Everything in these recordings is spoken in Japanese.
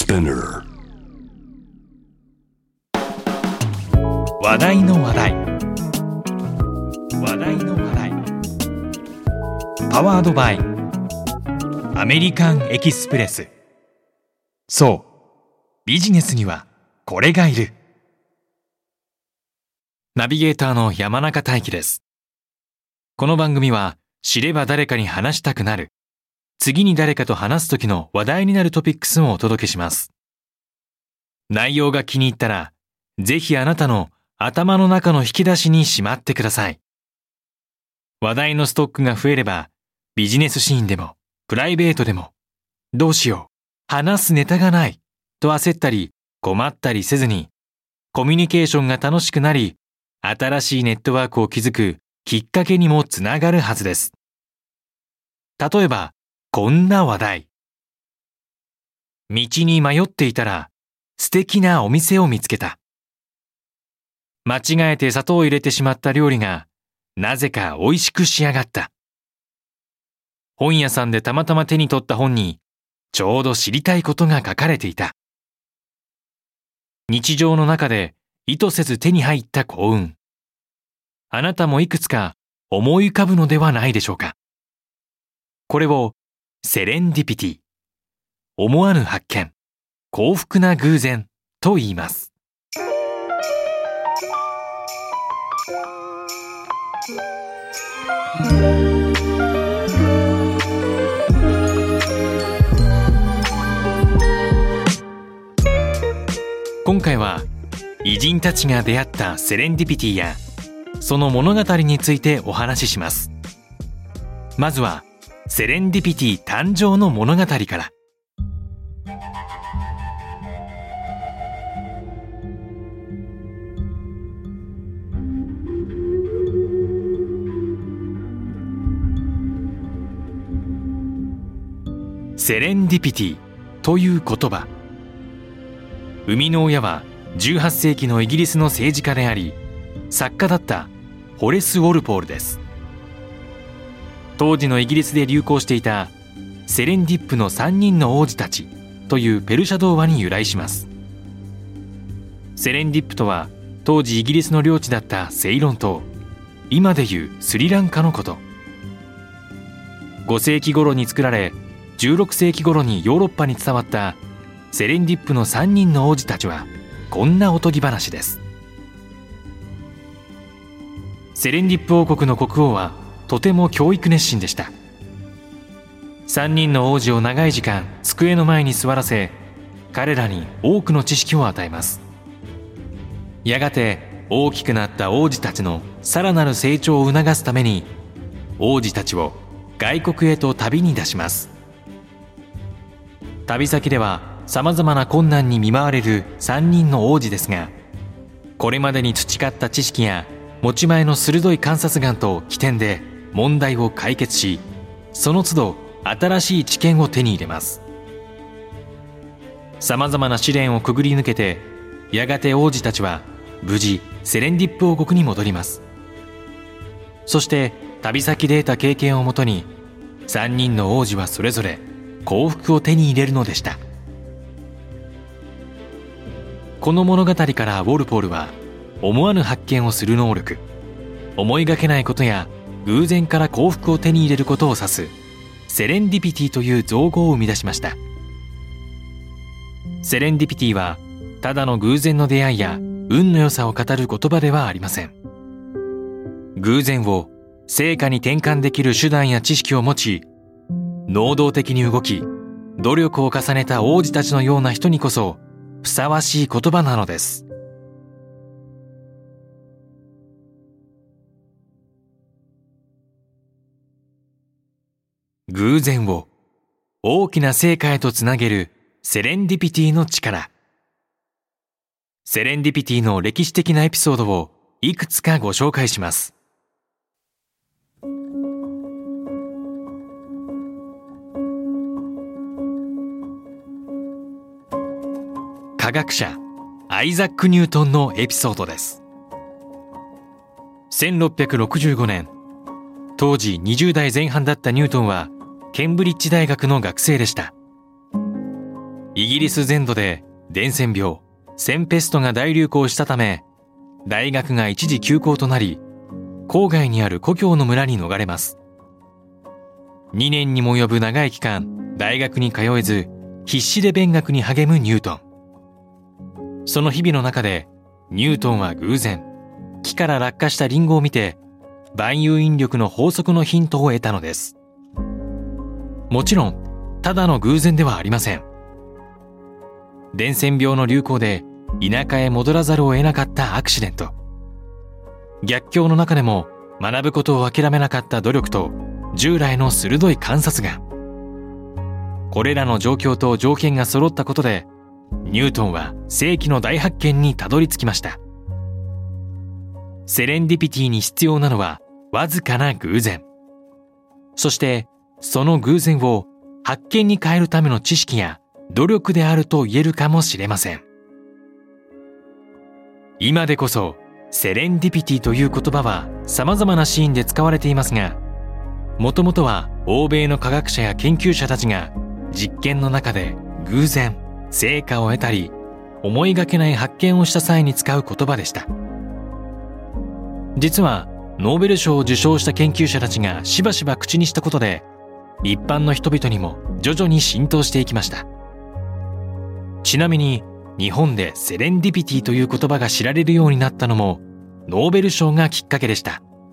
Spinner。 話題の話題、話題の話題。パワードバイアメリカンエキスプレス。そう、ビジネスにはこれがいる。ナビゲーターの山中大輝です。この番組は知れば誰かに話したくなる、次に誰かと話す時の話題になるトピックスをお届けします。内容が気に入ったら、ぜひあなたの頭の中の引き出しにしまってください。話題のストックが増えれば、ビジネスシーンでもプライベートでも、どうしよう、話すネタがないと焦ったり困ったりせずに、コミュニケーションが楽しくなり、新しいネットワークを築くきっかけにもつながるはずです。例えば、こんな話題。道に迷っていたら、素敵なお店を見つけた。間違えて砂糖を入れてしまった料理が、なぜか美味しく仕上がった。本屋さんでたまたま手に取った本に、ちょうど知りたいことが書かれていた。日常の中で意図せず手に入った幸運。あなたもいくつか思い浮かぶのではないでしょうか。これをセレンディピティ、思わぬ発見、幸福な偶然と言います。今回は偉人たちが出会ったセレンディピティやその物語についてお話しします。まずはセレンディピティ誕生の物語から。セレンディピティという言葉。生みの親は18世紀のイギリスの政治家であり、作家だったホレス・ウォルポールです。当時のイギリスで流行していたセレンディップの3人の王子たちというペルシャ童話に由来します。セレンディップとは当時イギリスの領地だったセイロン島、今でいうスリランカのこと。5世紀頃に作られ、16世紀頃にヨーロッパに伝わったセレンディップの3人の王子たちはこんなおとぎ話です。セレンディップ王国の国王はとても教育熱心でした。3人の王子を長い時間机の前に座らせ、彼らに多くの知識を与えます。やがて大きくなった王子たちのさらなる成長を促すために、王子たちを外国へと旅に出します。旅先ではさまざまな困難に見舞われる3人の王子ですが、これまでに培った知識や持ち前の鋭い観察眼と機転で問題を解決し、その都度新しい知見を手に入れます。さまざまな試練をくぐり抜けて、やがて王子たちは無事セレンディップ王国に戻ります。そして旅先で得た経験をもとに、3人の王子はそれぞれ幸福を手に入れるのでした。この物語からウォルポールは、思わぬ発見をする能力、思いがけないことや偶然から幸福を手に入れることを指すセレンディピティという造語を生み出しました。セレンディピティはただの偶然の出会いや運の良さを語る言葉ではありません。偶然を成果に転換できる手段や知識を持ち、能動的に動き努力を重ねた王子たちのような人にこそふさわしい言葉なのです。偶然を大きな成果へとつなげるセレンディピティの力。セレンディピティの歴史的なエピソードをいくつかご紹介します。科学者アイザック・ニュートンのエピソードです。1665年、当時20代前半だったニュートンはケンブリッジ大学の学生でした。 イギリス全土で伝染病、センペストが大流行したため、大学が一時休校となり、郊外にある故郷の村に逃れます。2年にも及ぶ長い期間、大学に通えず、必死で勉学に励むニュートン。その日々の中で、ニュートンは偶然、木から落下したリンゴを見て、万有引力の法則のヒントを得たのです。もちろん、ただの偶然ではありません。伝染病の流行で田舎へ戻らざるを得なかったアクシデント。逆境の中でも学ぶことを諦めなかった努力と従来の鋭い観察眼。これらの状況と条件が揃ったことで、ニュートンは世紀の大発見にたどり着きました。セレンディピティに必要なのはわずかな偶然。そしてその偶然を発見に変えるための知識や努力であると言えるかもしれません。今でこそセレンディピティという言葉は様々なシーンで使われていますが、もともとは欧米の科学者や研究者たちが実験の中で偶然成果を得たり思いがけない発見をした際に使う言葉でした。実はノーベル賞を受賞した研究者たちがしばしば口にしたことで、一般の人々にも徐々に浸透していきました。ちなみに日本でセレンディピティという言葉が知られるようになったのもノーベル賞がきっかけでした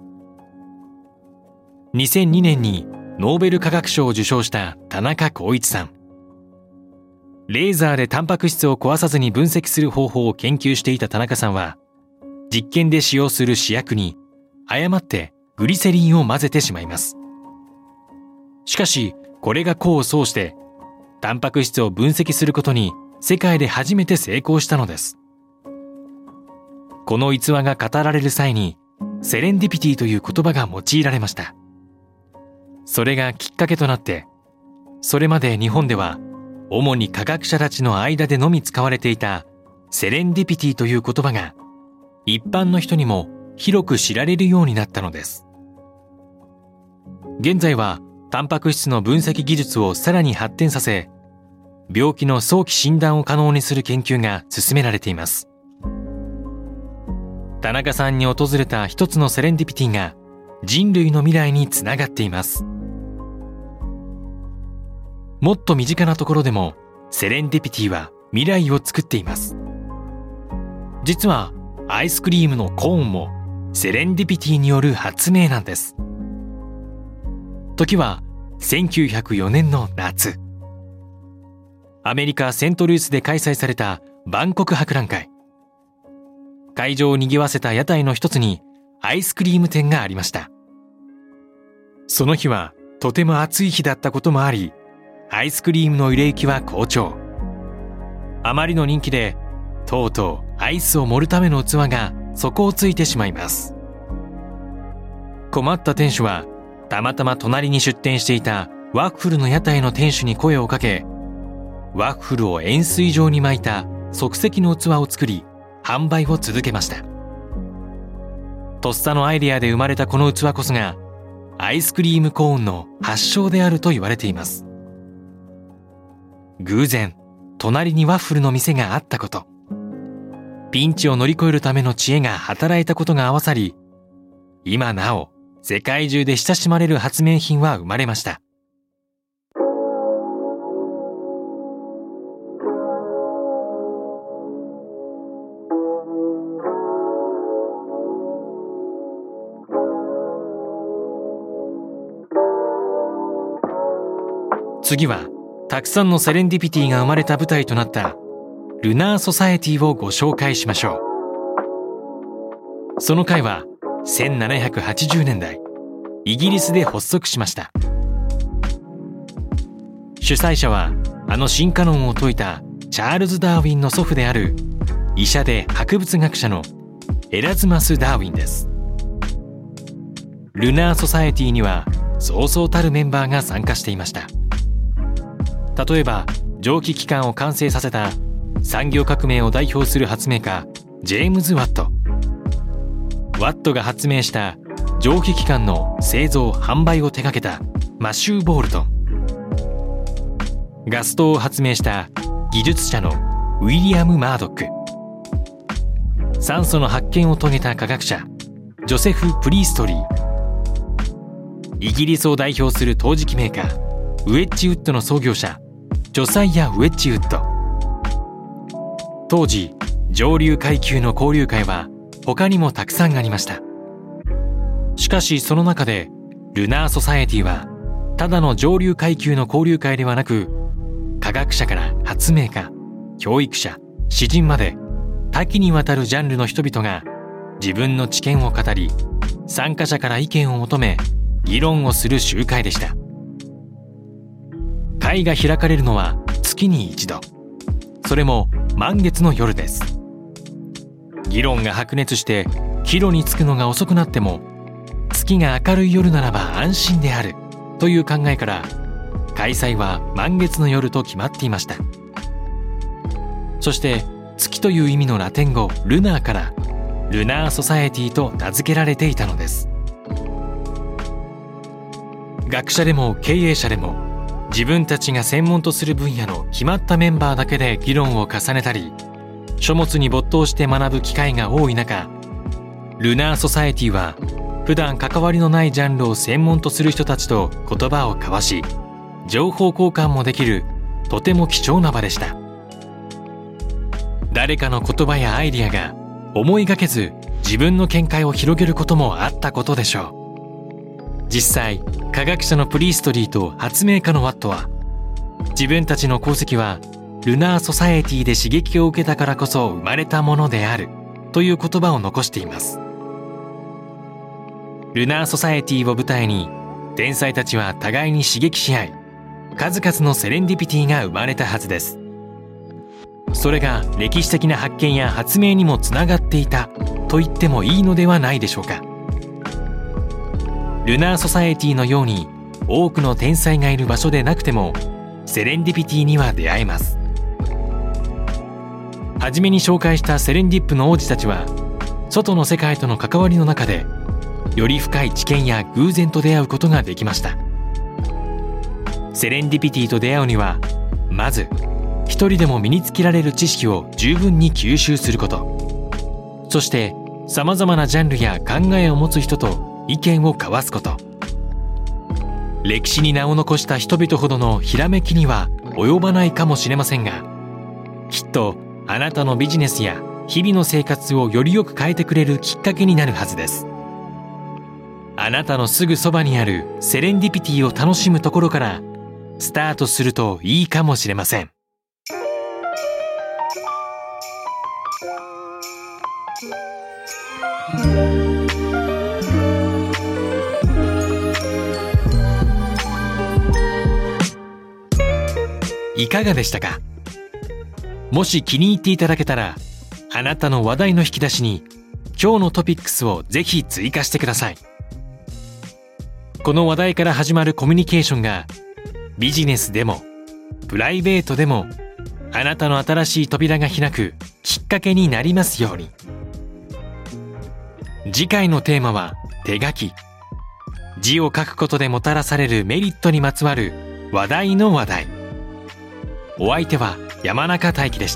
。2002年にノーベル化学賞を受賞した田中耕一さん。レーザーでタンパク質を壊さずに分析する方法を研究していた田中さんは、実験で使用する試薬に誤ってグリセリンを混ぜてしまいます。しかしこれが功を奏して、タンパク質を分析することに世界で初めて成功したのです。この逸話が語られる際にセレンディピティという言葉が用いられました。それがきっかけとなって、それまで日本では主に科学者たちの間でのみ使われていたセレンディピティという言葉が一般の人にも広く知られるようになったのです。現在はタンパク質の分析技術をさらに発展させ、病気の早期診断を可能にする研究が進められています。田中さんに訪れた一つのセレンディピティが人類の未来につながっています。もっと身近なところでもセレンディピティは未来を作っています。実はアイスクリームのコーンもセレンディピティによる発明なんです。時は1904年の夏。アメリカ・セントルイスで開催された万国博覧会。会場を賑わせた屋台の一つにアイスクリーム店がありました。その日はとても暑い日だったこともあり、アイスクリームの売れ行きは好調。あまりの人気で、とうとうアイスを盛るための器が底をついてしまいます。困った店主はたまたま隣に出店していたワッフルの屋台の店主に声をかけ、ワッフルを円錐状に巻いた即席の器を作り販売を続けました。とっさのアイデアで生まれたこの器こそがアイスクリームコーンの発祥であると言われています。偶然隣にワッフルの店があったこと、ピンチを乗り越えるための知恵が働いたことが合わさり、今なお世界中で親しまれる発明品は生まれました。次はたくさんのセレンディピティが生まれた舞台となったルナーソサエティをご紹介しましょう。その会は1780年代イギリスで発足しました。主催者はあの進化論を説いたチャールズ・ダーウィンの祖父である医者で博物学者のエラズマス・ダーウィンです。ルナーソサエティにはそうそうたるメンバーが参加していました。例えば蒸気機関を完成させた産業革命を代表する発明家ジェームズ・ワット。ワットが発明した蒸気機関の製造販売を手掛けたマシュー・ボールトン。ガス灯を発明した技術者のウィリアム・マードック、酸素の発見を遂げた科学者ジョセフ・プリーストリー、イギリスを代表する陶磁器メーカーウェッジウッドの創業者ジョサイア・ウェッジウッド。当時上流階級の交流会は他にもたくさんありました。しかしその中でルナーソサエティはただの上流階級の交流会ではなく、科学者から発明家、教育者、詩人まで多岐にわたるジャンルの人々が自分の知見を語り、参加者から意見を求め議論をする集会でした。会が開かれるのは月に一度、それも満月の夜です。議論が白熱して帰路に着くのが遅くなっても、月が明るい夜ならば安心であるという考えから開催は満月の夜と決まっていました。そして月という意味のラテン語ルナーからルナーソサエティと名付けられていたのです。学者でも経営者でも自分たちが専門とする分野の決まったメンバーだけで議論を重ねたり、書物に没頭して学ぶ機会が多い中、ルナーソサエティは普段関わりのないジャンルを専門とする人たちと言葉を交わし、情報交換もできるとても貴重な場でした。誰かの言葉やアイディアが思いがけず自分の見解を広げることもあったことでしょう。実際科学者のプリーストリーと発明家のワットは、自分たちの功績はルナーソサエティで刺激を受けたからこそ生まれたものであるという言葉を残しています。ルナーソサエティを舞台に天才たちは互いに刺激し合い、数々のセレンディピティが生まれたはずです。それが歴史的な発見や発明にもつながっていたと言ってもいいのではないでしょうか。ルナーソサエティのように多くの天才がいる場所でなくてもセレンディピティには出会えます。はじめに紹介したセレンディップの王子たちは、外の世界との関わりの中でより深い知見や偶然と出会うことができました。セレンディピティと出会うには、まず一人でも身につけられる知識を十分に吸収すること、そしてさまざまなジャンルや考えを持つ人と意見を交わすこと。歴史に名を残した人々ほどのひらめきには及ばないかもしれませんが、きっとあなたのビジネスや日々の生活をよりよく変えてくれるきっかけになるはずです。あなたのすぐそばにあるセレンディピティを楽しむところからスタートするといいかもしれません。いかがでしたか？もし気に入っていただけたら、あなたの話題の引き出しに今日のトピックスをぜひ追加してください。この話題から始まるコミュニケーションがビジネスでもプライベートでもあなたの新しい扉が開くきっかけになりますように。次回のテーマは手書き。字を書くことでもたらされるメリットにまつわる話題の話題。お相手は山中大輝でした。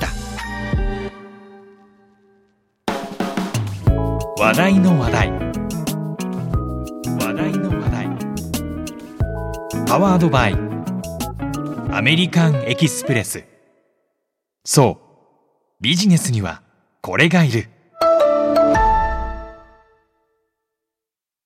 話題の話題。話題の話題。パワードバイアメリカンエキスプレス。そう、ビジネスにはこれがいる。